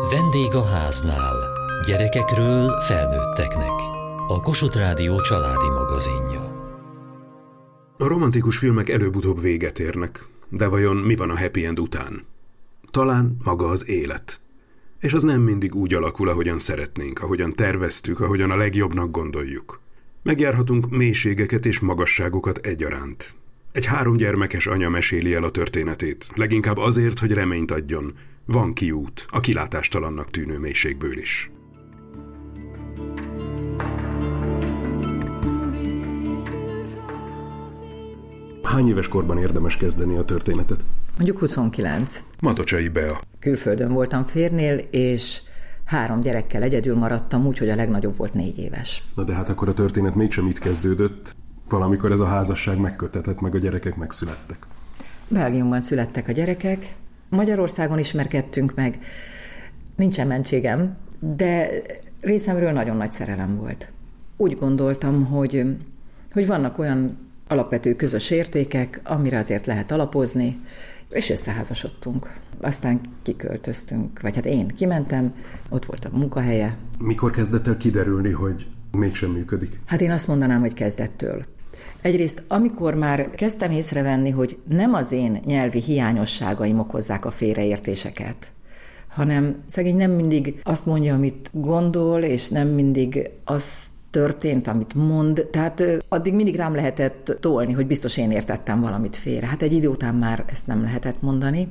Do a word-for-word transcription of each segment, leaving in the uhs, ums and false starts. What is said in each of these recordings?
Vendég a háznál. Gyerekekről felnőtteknek. A Kossuth Rádió családi magazinja. A romantikus filmek előbb-utóbb véget érnek, de vajon mi van a happy end után? Talán maga az élet. És az nem mindig úgy alakul, ahogyan szeretnénk, ahogyan terveztük, ahogyan a legjobbnak gondoljuk. Megjárhatunk mélységeket és magasságokat egyaránt. Egy három gyermekes anya meséli el a történetét, leginkább azért, hogy reményt adjon. Van kiút a kilátástalannak tűnő mélységből is. Hány éves korban érdemes kezdeni a történetet? Mondjuk huszonkilenc. Matocsai Bea. Külföldön voltam férjnél, és három gyerekkel egyedül maradtam, úgyhogy a legnagyobb volt négy éves. Na de hát akkor a történet mégsem itt kezdődött, valamikor ez a házasság megkötetett, meg a gyerekek megszülettek. Belgiumban születtek a gyerekek, Magyarországon ismerkedtünk meg, nincsen mentségem, de részemről nagyon nagy szerelem volt. Úgy gondoltam, hogy, hogy vannak olyan alapvető közös értékek, amire azért lehet alapozni, és összeházasodtunk. Aztán kiköltöztünk, vagy hát én kimentem, ott volt a munkahelye. Mikor kezdett el kiderülni, hogy mégsem működik? Hát én azt mondanám, hogy kezdettől. Egyrészt, amikor már kezdtem észrevenni, hogy nem az én nyelvi hiányosságaim okozzák a félreértéseket, hanem szegény nem mindig azt mondja, amit gondol, és nem mindig az történt, amit mond, tehát addig mindig rám lehetett tolni, hogy biztos én értettem valamit félre. Hát egy idő után már ezt nem lehetett mondani.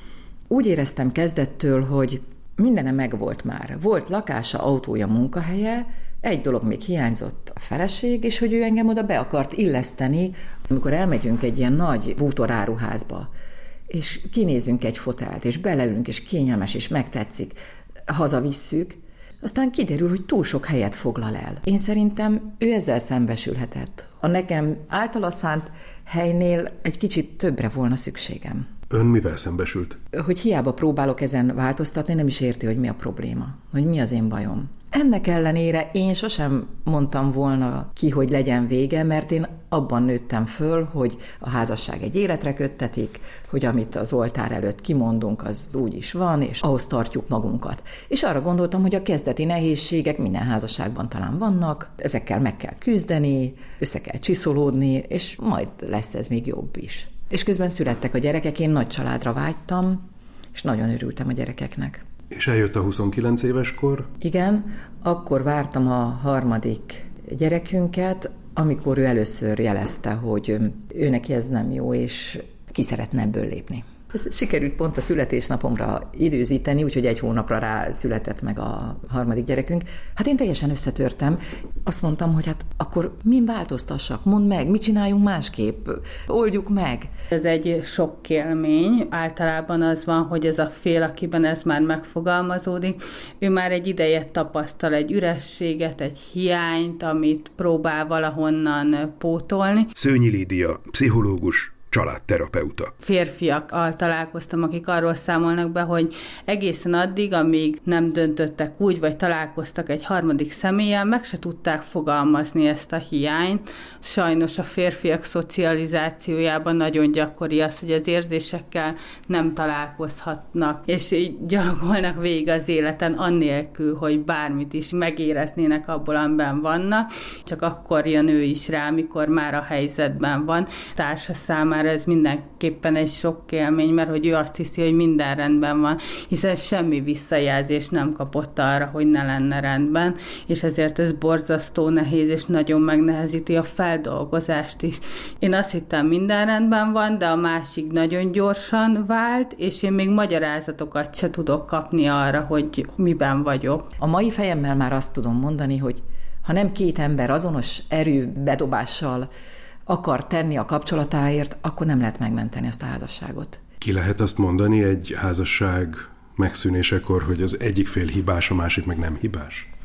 Úgy éreztem kezdettől, hogy mindene megvolt már. Volt lakása, autója, munkahelye, egy dolog még hiányzott, a feleség, és hogy ő engem oda be akart illeszteni, amikor elmegyünk egy ilyen nagy bútoráruházba, és kinézünk egy fotelt, és beleülünk, és kényelmes, és megtetszik, hazavisszük, aztán kiderül, hogy túl sok helyet foglal el. Én szerintem ő ezzel szembesülhetett. A nekem általa szánt helynél egy kicsit többre volna szükségem. Ön mivel szembesült? Hogy hiába próbálok ezen változtatni, nem is érti, hogy mi a probléma, hogy mi az én bajom. Ennek ellenére én sosem mondtam volna ki, hogy legyen vége, mert én abban nőttem föl, hogy a házasság egy életre köttetik, hogy amit az oltár előtt kimondunk, az úgy is van, és ahhoz tartjuk magunkat. És arra gondoltam, hogy a kezdeti nehézségek minden házasságban talán vannak, ezekkel meg kell küzdeni, össze kell csiszolódni, és majd lesz ez még jobb is. És közben születtek a gyerekek, én nagy családra vágytam, és nagyon örültem a gyerekeknek. És eljött a huszonkilenc éves kor? Igen, akkor vártam a harmadik gyerekünket, amikor ő először jelezte, hogy ő neki ez nem jó, és ki szeretne ebből lépni. Ez sikerült pont a születésnapomra időzíteni, úgyhogy egy hónapra rá született meg a harmadik gyerekünk. Hát én teljesen összetörtem. Azt mondtam, hogy hát akkor min változtassak? Mondd meg, mit csináljunk másképp? Oldjuk meg. Ez egy sok élmény. Általában az van, hogy ez a fél, akiben ez már megfogalmazódik, ő már egy ideje tapasztal egy ürességet, egy hiányt, amit próbál valahonnan pótolni. Szőnyi Lídia, pszichológus, családterapeuta. Férfiakkal találkoztam, akik arról számolnak be, hogy egészen addig, amíg nem döntöttek úgy, vagy találkoztak egy harmadik személlyel, meg se tudták fogalmazni ezt a hiányt. Sajnos a férfiak szocializációjában nagyon gyakori az, hogy az érzésekkel nem találkozhatnak, és így gyalogolnak végig az életen annélkül, hogy bármit is megéreznének abból, amiben vannak. Csak akkor jön ő is rá, amikor már a helyzetben van. Társa számára ez mindenképpen egy sok élmény, mert hogy ő azt hiszi, hogy minden rendben van, hiszen semmi visszajelzést nem kapott arra, hogy ne lenne rendben, és ezért ez borzasztó nehéz, és nagyon megnehezíti a feldolgozást is. Én azt hittem, minden rendben van, de a másik nagyon gyorsan vált, és én még magyarázatokat se tudok kapni arra, hogy miben vagyok. A mai fejemmel már azt tudom mondani, hogy ha nem két ember azonos erőbedobással akar tenni a kapcsolatáért, akkor nem lehet megmenteni ezt a házasságot. Ki lehet azt mondani egy házasság megszűnésekor, hogy az egyik fél hibás, a másik meg nem hibás?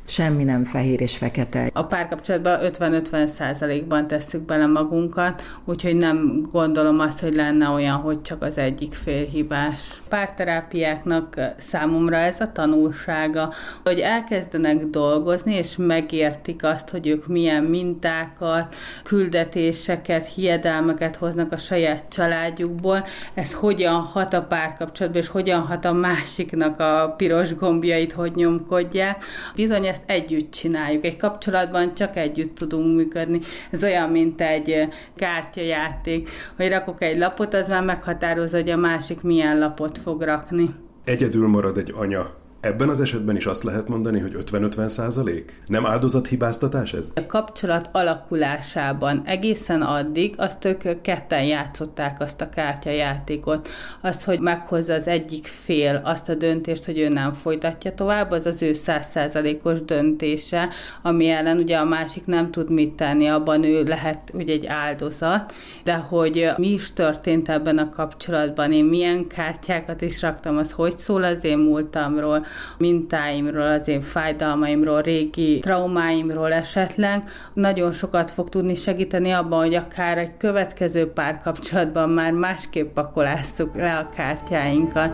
semmi nem fehér és fekete. A párkapcsolatban ötven-ötven százalékban tesszük bele magunkat, úgyhogy nem gondolom azt, hogy lenne olyan, hogy csak az egyik fél hibás. Párterápiáknak számomra ez a tanulsága, hogy elkezdenek dolgozni, és megértik azt, hogy ők milyen mintákat, küldetéseket, hiedelmeket hoznak a saját családjukból, ez hogyan hat a párkapcsolatban, és hogyan hat a másiknak a piros gombjait, hogy nyomkodják. Bizony ezt együtt csináljuk. Egy kapcsolatban csak együtt tudunk működni. Ez olyan, mint egy kártyajáték, hogy rakok egy lapot, az már meghatározza, hogy a másik milyen lapot fog rakni. Egyedül marad egy anya. Ebben az esetben is azt lehet mondani, hogy ötven-ötven százalék? Nem áldozathibáztatás ez? A kapcsolat alakulásában egészen addig azt ők ketten játszották azt a kártyajátékot. Azt, hogy meghozza az egyik fél azt a döntést, hogy ő nem folytatja tovább, az az ő száz százalékos döntése, ami ellen ugye a másik nem tud mit tenni, abban ő lehet ugye egy áldozat, de hogy mi is történt ebben a kapcsolatban, én milyen kártyákat is raktam, az hogy szól az én múltamról, mintáimról, az én fájdalmaimról, régi traumáimról esetleg, nagyon sokat fog tudni segíteni abban, hogy akár egy következő párkapcsolatban már másképp pakolásszuk le a kártyáinkat.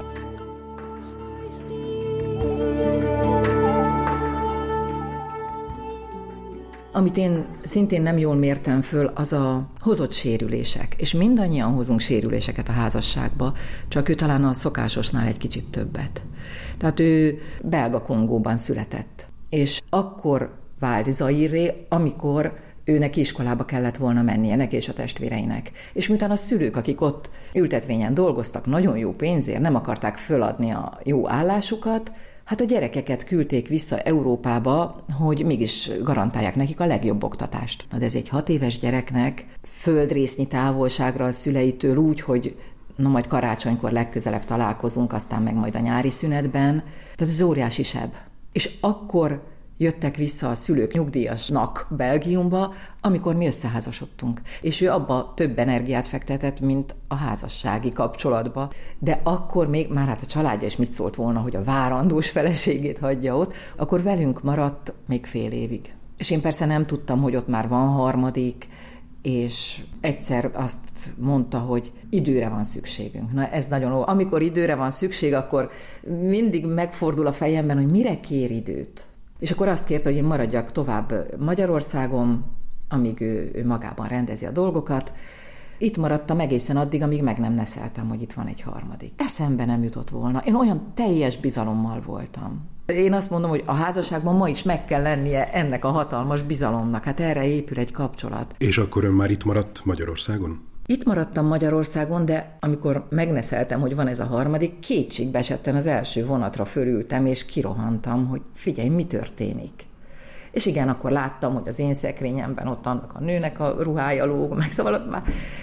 Amit én szintén nem jól mértem föl, az a hozott sérülések. És mindannyian hozunk sérüléseket a házasságba, csak ő talán a szokásosnál egy kicsit többet. Tehát ő Belga Kongóban született. És akkor vált Zairré, amikor őnek iskolába kellett volna mennie, neki és a testvéreinek. És miután a szülők, akik ott ültetvényen dolgoztak, nagyon jó pénzért, nem akarták föladni a jó állásukat, hát a gyerekeket küldték vissza Európába, hogy mégis garantálják nekik a legjobb oktatást. Na de ez egy hat éves gyereknek földrésznyi távolságra a szüleitől úgy, hogy na majd karácsonykor legközelebb találkozunk, aztán meg majd a nyári szünetben. Tehát ez óriási seb. És akkor jöttek vissza a szülők nyugdíjasnak Belgiumba, amikor mi összeházasodtunk. És ő abba több energiát fektetett, mint a házassági kapcsolatba. De akkor még, már hát a családja is mit szólt volna, hogy a várandós feleségét hagyja ott, akkor velünk maradt még fél évig. És én persze nem tudtam, hogy ott már van harmadik, és egyszer azt mondta, hogy időre van szükségünk. Na ez nagyon jó. Amikor időre van szükség, akkor mindig megfordul a fejemben, hogy mire kér időt. És akkor azt kérte, hogy én maradjak tovább Magyarországon, amíg ő, ő magában rendezi a dolgokat. Itt maradtam egészen addig, amíg meg nem neszeltem, hogy itt van egy harmadik. Eszembe nem jutott volna. Én olyan teljes bizalommal voltam. Én azt mondom, hogy a házasságban ma is meg kell lennie ennek a hatalmas bizalomnak. Hát erre épül egy kapcsolat. És akkor ön már itt maradt Magyarországon? Itt maradtam Magyarországon, de amikor megneszeltem, hogy van ez a harmadik, kétségbe esetten az első vonatra fölültem, és kirohantam, hogy figyelj, mi történik. És igen, akkor láttam, hogy az én szekrényemben ott annak a nőnek a ruhája lóg, meg szóval ott már...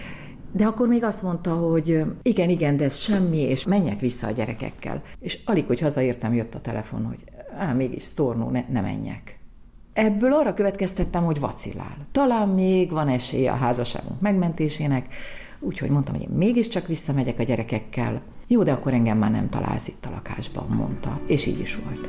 De akkor még azt mondta, hogy igen, igen, de ez semmi, és menjek vissza a gyerekekkel. És alig, hogy hazaértem, jött a telefon, hogy á, mégis Stornó, ne, ne menjek. Ebből arra következtettem, hogy vacillál. Talán még van esély a házasságunk megmentésének, úgyhogy mondtam, hogy én mégiscsak visszamegyek a gyerekekkel. Jó, de akkor engem már nem találsz itt a lakásban, mondta. És így is volt.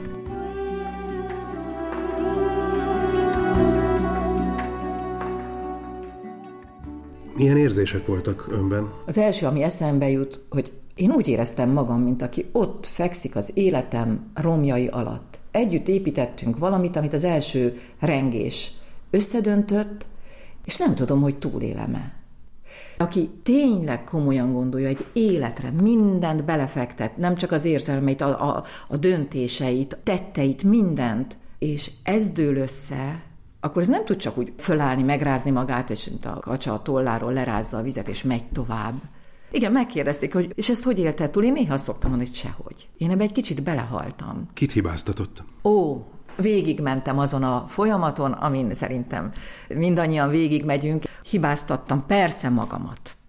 Milyen érzések voltak önben? Az első, ami eszembe jut, hogy én úgy éreztem magam, mint aki ott fekszik az életem romjai alatt. Együtt építettünk valamit, amit az első rengés összedöntött, és nem tudom, hogy túlélem-e. Aki tényleg komolyan gondolja egy életre, mindent belefektet, nem csak az érzelmeit, a, a, a döntéseit, a tetteit, mindent, és ez dől össze, akkor ez nem tud csak úgy fölállni, megrázni magát, és mint a kacsa a tolláról lerázza a vizet, és megy tovább. Igen, megkérdezték, hogy és ezt hogy élted túl? Én néha szoktam mondani, hogy sehogy. Én ebbe egy kicsit belehaltam. Kit hibáztatott? Ó, végigmentem azon a folyamaton, amin szerintem mindannyian végigmegyünk. Hibáztattam persze magamat.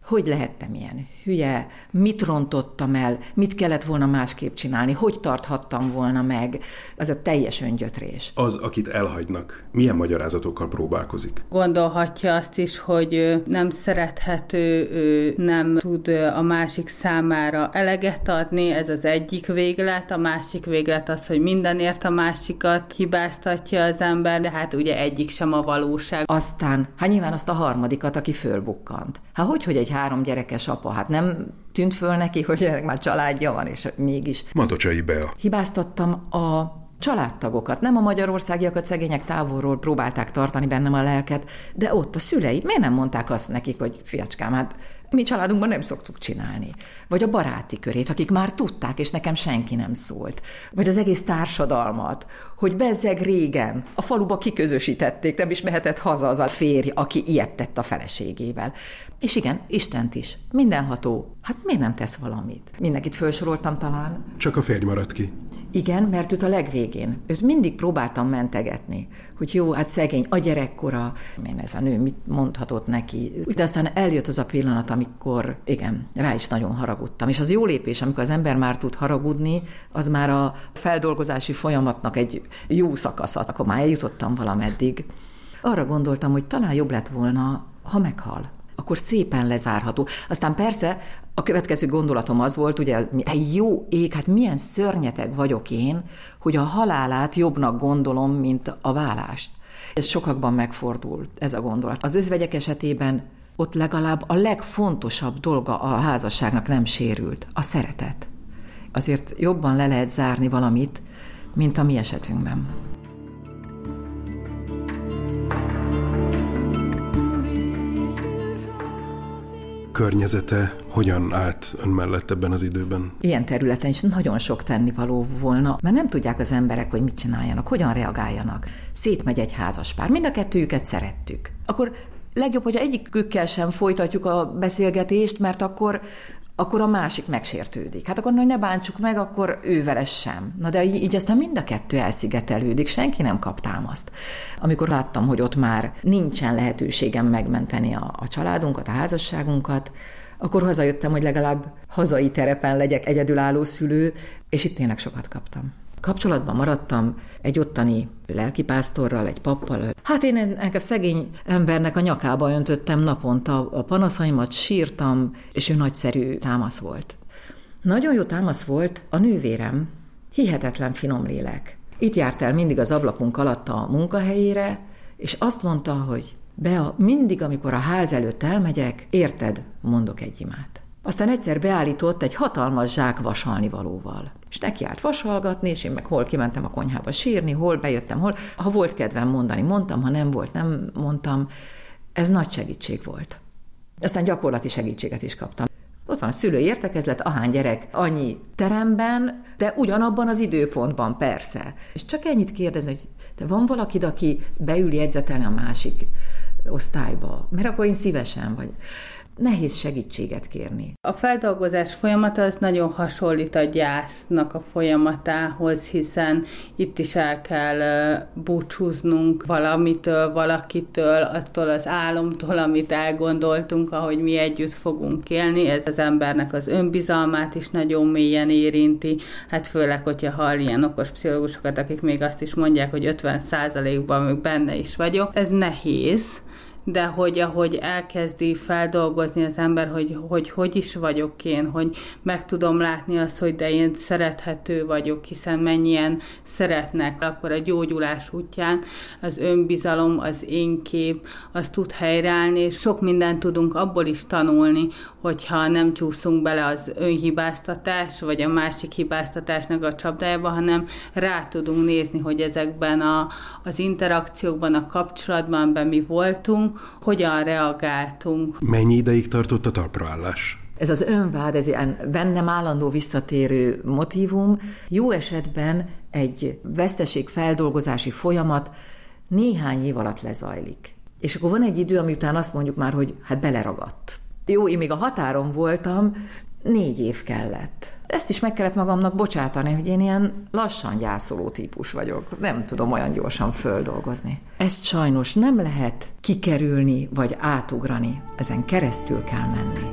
hogy lehettem ilyen hülye, mit rontottam el, mit kellett volna másképp csinálni, hogy tarthattam volna meg. Ez a teljes öngyötrés. Az, akit elhagynak, milyen magyarázatokkal próbálkozik? Gondolhatja azt is, hogy nem szerethető, ő nem tud a másik számára eleget adni, ez az egyik véglet, a másik véglet az, hogy mindenért a másikat hibáztatja az ember, de hát ugye egyik sem a valóság. Aztán, hát nyilván azt a harmadikat, aki fölbukkant. Hát hogy, hogy egy három gyerekes apa, hát nem tűnt föl neki, hogy már családja van, és mégis. Matocsai Bea. Hibáztattam a családtagokat, nem a magyarországiakat, szegények távolról próbálták tartani bennem a lelket, de ott a szülei, miért nem mondták azt nekik, hogy fiacskám, hát mi családunkban nem szoktuk csinálni. Vagy a baráti körét, akik már tudták, és nekem senki nem szólt. Vagy az egész társadalmat, hogy bezzeg régen a faluba kiközösítették, nem is mehetett haza az a férj, aki ilyet tett a feleségével. És igen, Istent is. Mindenható. Hát miért nem tesz valamit? Mindenkit felsoroltam talán. Csak a férj maradt ki. Igen, mert őt a legvégén. Őt mindig próbáltam mentegetni, hogy jó, hát szegény, a gyerekkora, én ez a nő mit mondhatott neki. De aztán eljött az a pillanat, amikor, igen, rá is nagyon haragudtam. És az jó lépés, amikor az ember már tud haragudni, az már a feldolgozási folyamatnak egy jó szakasza, akkor már eljutottam valameddig. Arra gondoltam, hogy talán jobb lett volna, ha meghal. Akkor szépen lezárható. Aztán persze a következő gondolatom az volt, ugye, te jó ég, hát milyen szörnyeteg vagyok én, hogy a halálát jobbnak gondolom, mint a válást. Ez sokakban megfordul, ez a gondolat. Az özvegyek esetében ott legalább a legfontosabb dolga a házasságnak nem sérült, a szeretet. Azért jobban le lehet zárni valamit, mint a mi esetünkben. Környezete hogyan állt ön mellett ebben az időben? Ilyen területen is nagyon sok tennivaló volna, mert nem tudják az emberek, hogy mit csináljanak, hogyan reagáljanak. Szétmegy egy házaspár, mind a kettőjüket szerettük. Akkor legjobb, hogy egyikükkel sem folytatjuk a beszélgetést, mert akkor, akkor a másik megsértődik. Hát akkor, hogy ne bántsuk meg, akkor ő vele sem. Na de így, így aztán mind a kettő elszigetelődik, senki nem kap támaszt. Amikor láttam, hogy ott már nincsen lehetőségem megmenteni a, a családunkat, a házasságunkat, akkor hazajöttem, hogy legalább hazai terepen legyek egyedülálló szülő, és itt tényleg sokat kaptam. Kapcsolatban maradtam egy ottani lelkipásztorral, egy pappal. Hát én ennek a szegény embernek a nyakába öntöttem naponta a panaszaimat, sírtam, és ő nagyszerű támasz volt. Nagyon jó támasz volt a nővérem, hihetetlen finom lélek. Itt járt el mindig az ablakunk alatt a munkahelyére, és azt mondta, hogy Bea, mindig, amikor a ház előtt elmegyek, érted, mondok egy imát. Aztán egyszer beállított egy hatalmas zsák vasalnivalóval. És neki állt vasalgatni, és én meg hol kimentem a konyhába sírni, hol bejöttem, hol. Ha volt kedvem mondani, mondtam, ha nem volt, nem mondtam. Ez nagy segítség volt. Aztán gyakorlati segítséget is kaptam. Ott van a szülői értekezlet, ahány gyerek, annyi teremben, de ugyanabban az időpontban, persze. És csak ennyit kérdezni, hogy te van valakid, aki beül jegyzetelni a másik osztályba? Mert akkor én szívesen vagy. Nehéz segítséget kérni. A feldolgozás folyamata az nagyon hasonlít a gyásznak a folyamatához, hiszen itt is el kell búcsúznunk valamitől, valakitől, attól az álomtól, amit elgondoltunk, ahogy mi együtt fogunk élni. Ez az embernek az önbizalmát is nagyon mélyen érinti. Hát főleg, hogyha hall ilyen okos pszichológusokat, akik még azt is mondják, hogy ötven százalékban még benne is vagyok. Ez nehéz, de hogy ahogy elkezdi feldolgozni az ember, hogy, hogy hogy is vagyok én, hogy meg tudom látni azt, hogy de én szerethető vagyok, hiszen mennyien szeretnek, akkor a gyógyulás útján az önbizalom, az én kép, az tud helyreállni, és sok mindent tudunk abból is tanulni, hogyha nem csúszunk bele az önhibáztatás, vagy a másik hibáztatásnak a csapdájába, hanem rá tudunk nézni, hogy ezekben a, az interakciókban, a kapcsolatban, ben mi voltunk, hogyan reagáltunk. Mennyi ideig tartott a talpraállás? Ez az önvád, ez ilyen bennem állandó visszatérő motívum. Jó esetben egy veszteségfeldolgozási folyamat néhány év alatt lezajlik. És akkor van egy idő, ami után azt mondjuk már, hogy hát beleragadt. Jó, én még a határon voltam, négy év kellett. Ezt is meg kellett magamnak bocsátani, hogy én ilyen lassan gyászoló típus vagyok. Nem tudom olyan gyorsan földolgozni. Ezt sajnos nem lehet kikerülni vagy átugrani. Ezen keresztül kell menni.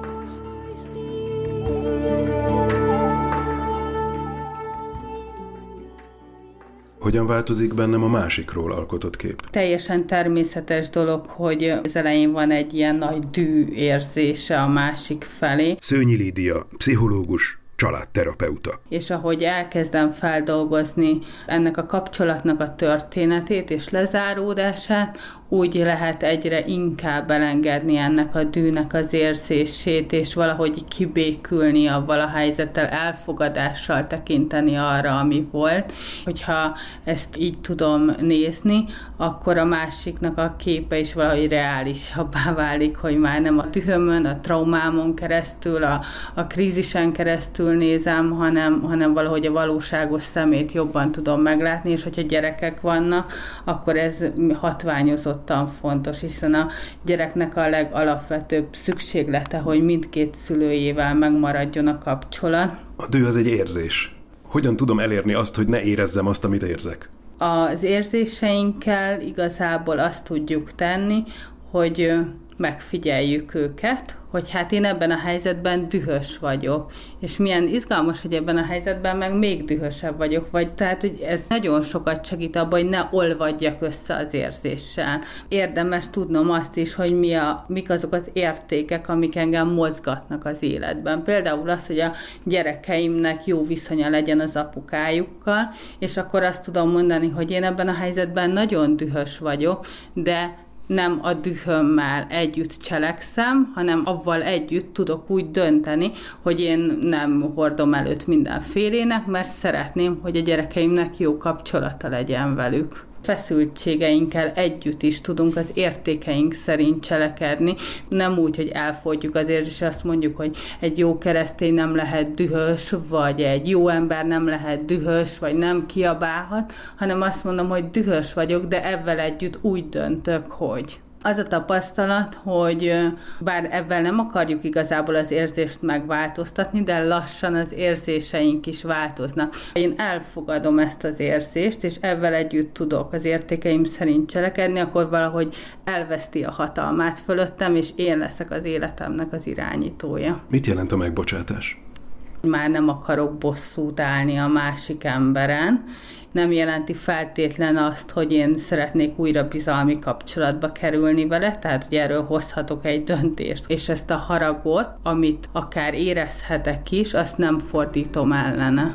Hogyan változik bennem a másikról alkotott kép? Teljesen természetes dolog, hogy az elején van egy ilyen nagy dű érzése a másik felé. Szőnyi Lídia, pszichológus, családterapeuta. És ahogy elkezdem feldolgozni ennek a kapcsolatnak a történetét és lezáródását, úgy lehet egyre inkább elengedni ennek a dűnek az érzését, és valahogy kibékülni avval a helyzettel, elfogadással tekinteni arra, ami volt. Hogyha ezt így tudom nézni, akkor a másiknak a képe is valahogy reálisabbá válik, hogy már nem a dühömön, a traumámon keresztül, a, a krízisen keresztül nézem, hanem, hanem valahogy a valóságos szemét jobban tudom meglátni, és hogyha gyerekek vannak, akkor ez hatványozott fontos, hiszen a gyereknek a legalapvetőbb szükséglete, hogy mindkét szülőjével megmaradjon a kapcsolat. A dű az egy érzés. Hogyan tudom elérni azt, hogy ne érezzem azt, amit érzek? Az érzéseinkkel igazából azt tudjuk tenni, hogy megfigyeljük őket, hogy hát én ebben a helyzetben dühös vagyok, és milyen izgalmas, hogy ebben a helyzetben meg még dühösebb vagyok, vagy tehát, hogy ez nagyon sokat segít abban, hogy ne olvadjak össze az érzéssel. Érdemes tudnom azt is, hogy mi a, mik azok az értékek, amik engem mozgatnak az életben. Például az, hogy a gyerekeimnek jó viszonya legyen az apukájukkal, és akkor azt tudom mondani, hogy én ebben a helyzetben nagyon dühös vagyok, de nem a dühömmel együtt cselekszem, hanem avval együtt tudok úgy dönteni, hogy én nem hordom előtt mindenfélének, mert szeretném, hogy a gyerekeimnek jó kapcsolata legyen velük. Feszültségeinkkel együtt is tudunk az értékeink szerint cselekedni, nem úgy, hogy elfogyjuk azért, és azt mondjuk, hogy egy jó keresztény nem lehet dühös, vagy egy jó ember nem lehet dühös, vagy nem kiabálhat, hanem azt mondom, hogy dühös vagyok, de ezzel együtt úgy döntök, hogy... Az a tapasztalat, hogy bár ebben nem akarjuk igazából az érzést megváltoztatni, de lassan az érzéseink is változnak. Én elfogadom ezt az érzést, és ebben együtt tudok az értékeim szerint cselekedni, akkor valahogy elveszti a hatalmát fölöttem, és én leszek az életemnek az irányítója. Mit jelent a megbocsátás? Már nem akarok bosszút állni a másik emberen, nem jelenti feltétlen azt, hogy én szeretnék újra bizalmi kapcsolatba kerülni vele, tehát hogy erről hozhatok egy döntést. És ezt a haragot, amit akár érezhetek is, azt nem fordítom ellene.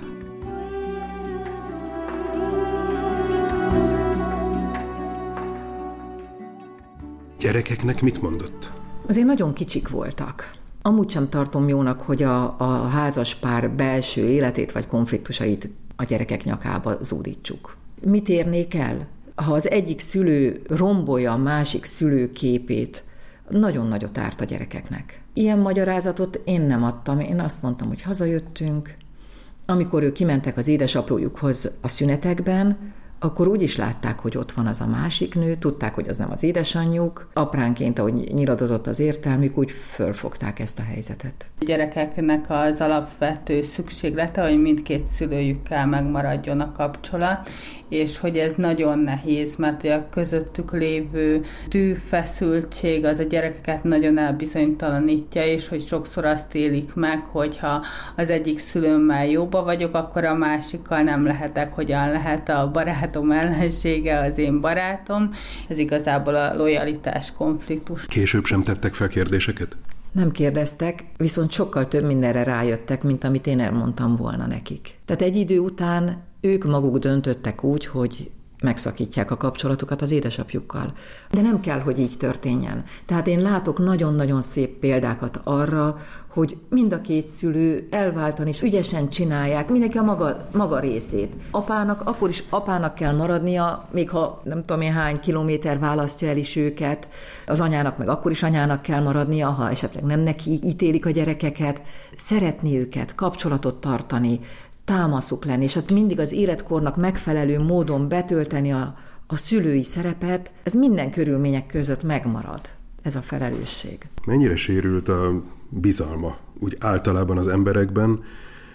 Gyerekeknek mit mondott? Azért nagyon kicsik voltak. Amúgy sem tartom jónak, hogy a, a házaspár belső életét vagy konfliktusait a gyerekek nyakába zúdítsuk. Mit érnék el? Ha az egyik szülő rombolja a másik szülő képét, nagyon nagyot árt a gyerekeknek. Ilyen magyarázatot én nem adtam, én azt mondtam, hogy hazajöttünk. Amikor ők kimentek az édesapójukhoz a szünetekben, akkor úgy is látták, hogy ott van az a másik nő, tudták, hogy az nem az édesanyjuk. Apránként, ahogy nyiladozott az értelmük, úgy fölfogták ezt a helyzetet. A gyerekeknek az alapvető szükséglete, hogy mindkét szülőjükkel megmaradjon a kapcsolat, és hogy ez nagyon nehéz, mert a közöttük lévő dű, feszültség az a gyerekeket nagyon elbizonytalanítja, és hogy sokszor azt élik meg, hogyha az egyik szülőmmel jóba vagyok, akkor a másikkal nem lehetek, hogyan lehet a barátom ellensége az én barátom. Ez igazából a lojalitás konfliktus. Később sem tettek fel kérdéseket? Nem kérdeztek, viszont sokkal több mindenre rájöttek, mint amit én elmondtam volna nekik. Tehát egy idő után ők maguk döntöttek úgy, hogy megszakítják a kapcsolatukat az édesapjukkal. De nem kell, hogy így történjen. Tehát én látok nagyon-nagyon szép példákat arra, hogy mind a két szülő elváltan is ügyesen csinálják, mindenki a maga, maga részét. Apának, akkor is apának kell maradnia, még ha nem tudom én hány kilométer választja el is őket, az anyának meg akkor is anyának kell maradnia, ha esetleg nem neki ítélik a gyerekeket, szeretni őket, kapcsolatot tartani, támaszuk lenni, és hát mindig az életkornak megfelelő módon betölteni a, a szülői szerepet, ez minden körülmények között megmarad, ez a felelősség. Mennyire sérült a bizalma úgy általában az emberekben,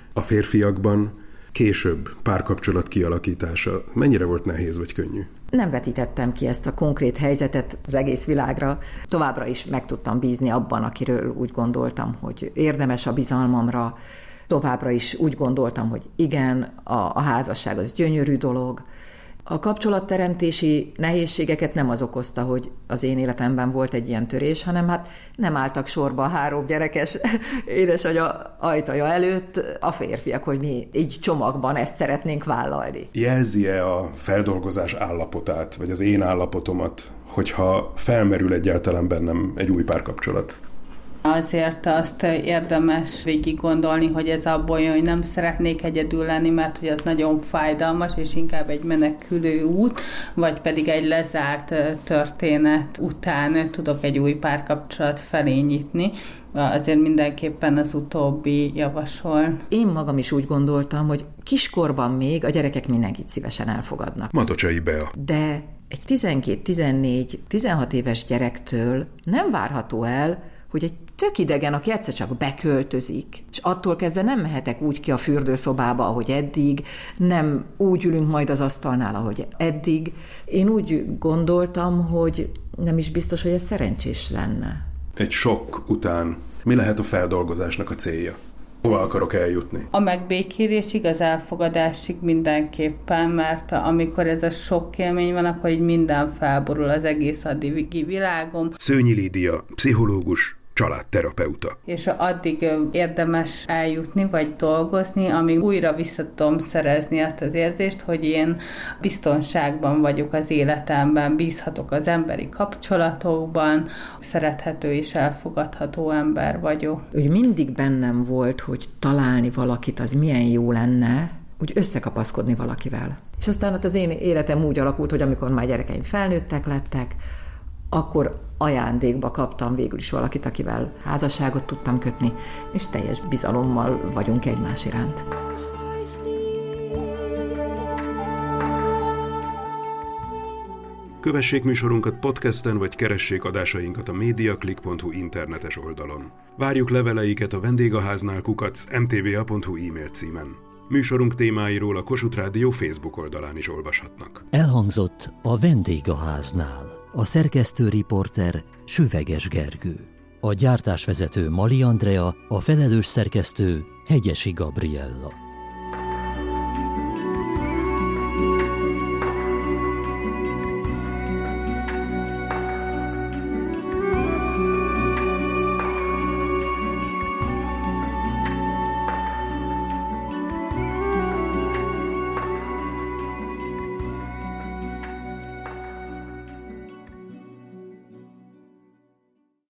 A férfiakban később párkapcsolat kialakítása mennyire volt nehéz vagy könnyű? Nem vetítettem ki ezt a konkrét helyzetet az egész világra. Továbbra is meg tudtam bízni abban, akiről úgy gondoltam, hogy érdemes a bizalmamra. Továbbra is úgy gondoltam, hogy igen, a, a házasság az gyönyörű dolog. A kapcsolatteremtési nehézségeket nem az okozta, hogy az én életemben volt egy ilyen törés, hanem hát nem álltak sorba a három gyerekes édesanyja ajtaja előtt a férfiak, hogy mi így csomagban ezt szeretnénk vállalni. Jelzi-e a feldolgozás állapotát, vagy az én állapotomat, hogyha felmerül egyáltalán bennem egy új párkapcsolat? Azért azt érdemes végig gondolni, hogy ez abból jön, hogy nem szeretnék egyedül lenni, mert hogy az nagyon fájdalmas, és inkább egy menekülő út, vagy pedig egy lezárt történet után tudok egy új párkapcsolat felé nyitni. Azért mindenképpen az utóbbi javasol. Én magam is úgy gondoltam, hogy kiskorban még a gyerekek mindenkit szívesen elfogadnak. Matocsai Bea. De egy tizenkét, tizennégy, tizenhat éves gyerektől nem várható el, hogy egy tök idegen, aki egyszer csak beköltözik, és attól kezdve nem mehetek úgy ki a fürdőszobába, ahogy eddig, nem úgy ülünk majd az asztalnál, ahogy eddig. Én úgy gondoltam, hogy nem is biztos, hogy ez szerencsés lenne. Egy sok után mi lehet a feldolgozásnak a célja? Hova akarok eljutni? A megbékélésig, az elfogadásig mindenképpen, mert amikor ez a sok élmény van, akkor így minden felborul, az egész addigi világom. Szőnyi Lídia, pszichológus, családterapeuta. És addig érdemes eljutni, vagy dolgozni, amíg újra vissza tudom szerezni azt az érzést, hogy én biztonságban vagyok az életemben, bízhatok az emberi kapcsolatokban, szerethető és elfogadható ember vagyok. Úgy mindig bennem volt, hogy találni valakit, az milyen jó lenne, úgy összekapaszkodni valakivel. És aztán hát az én életem úgy alakult, hogy amikor már gyerekeim felnőttek lettek, akkor ajándékba kaptam végül is valakit, akivel házasságot tudtam kötni, és teljes bizalommal vagyunk egymás iránt. Kövessék műsorunkat podcasten, vagy keressék adásainkat a mediaclick pont hu internetes oldalon. Várjuk leveleiket a vendégháznál kukac em té vé á pont hu e-mail címen. Műsorunk témáiról a Kossuth Rádió Facebook oldalán is olvashatnak. Elhangzott a Vendégháznál. A szerkesztő-riporter Süveges Gergő. A gyártásvezető Mali Andrea, a felelős szerkesztő Hegyesi Gabriella.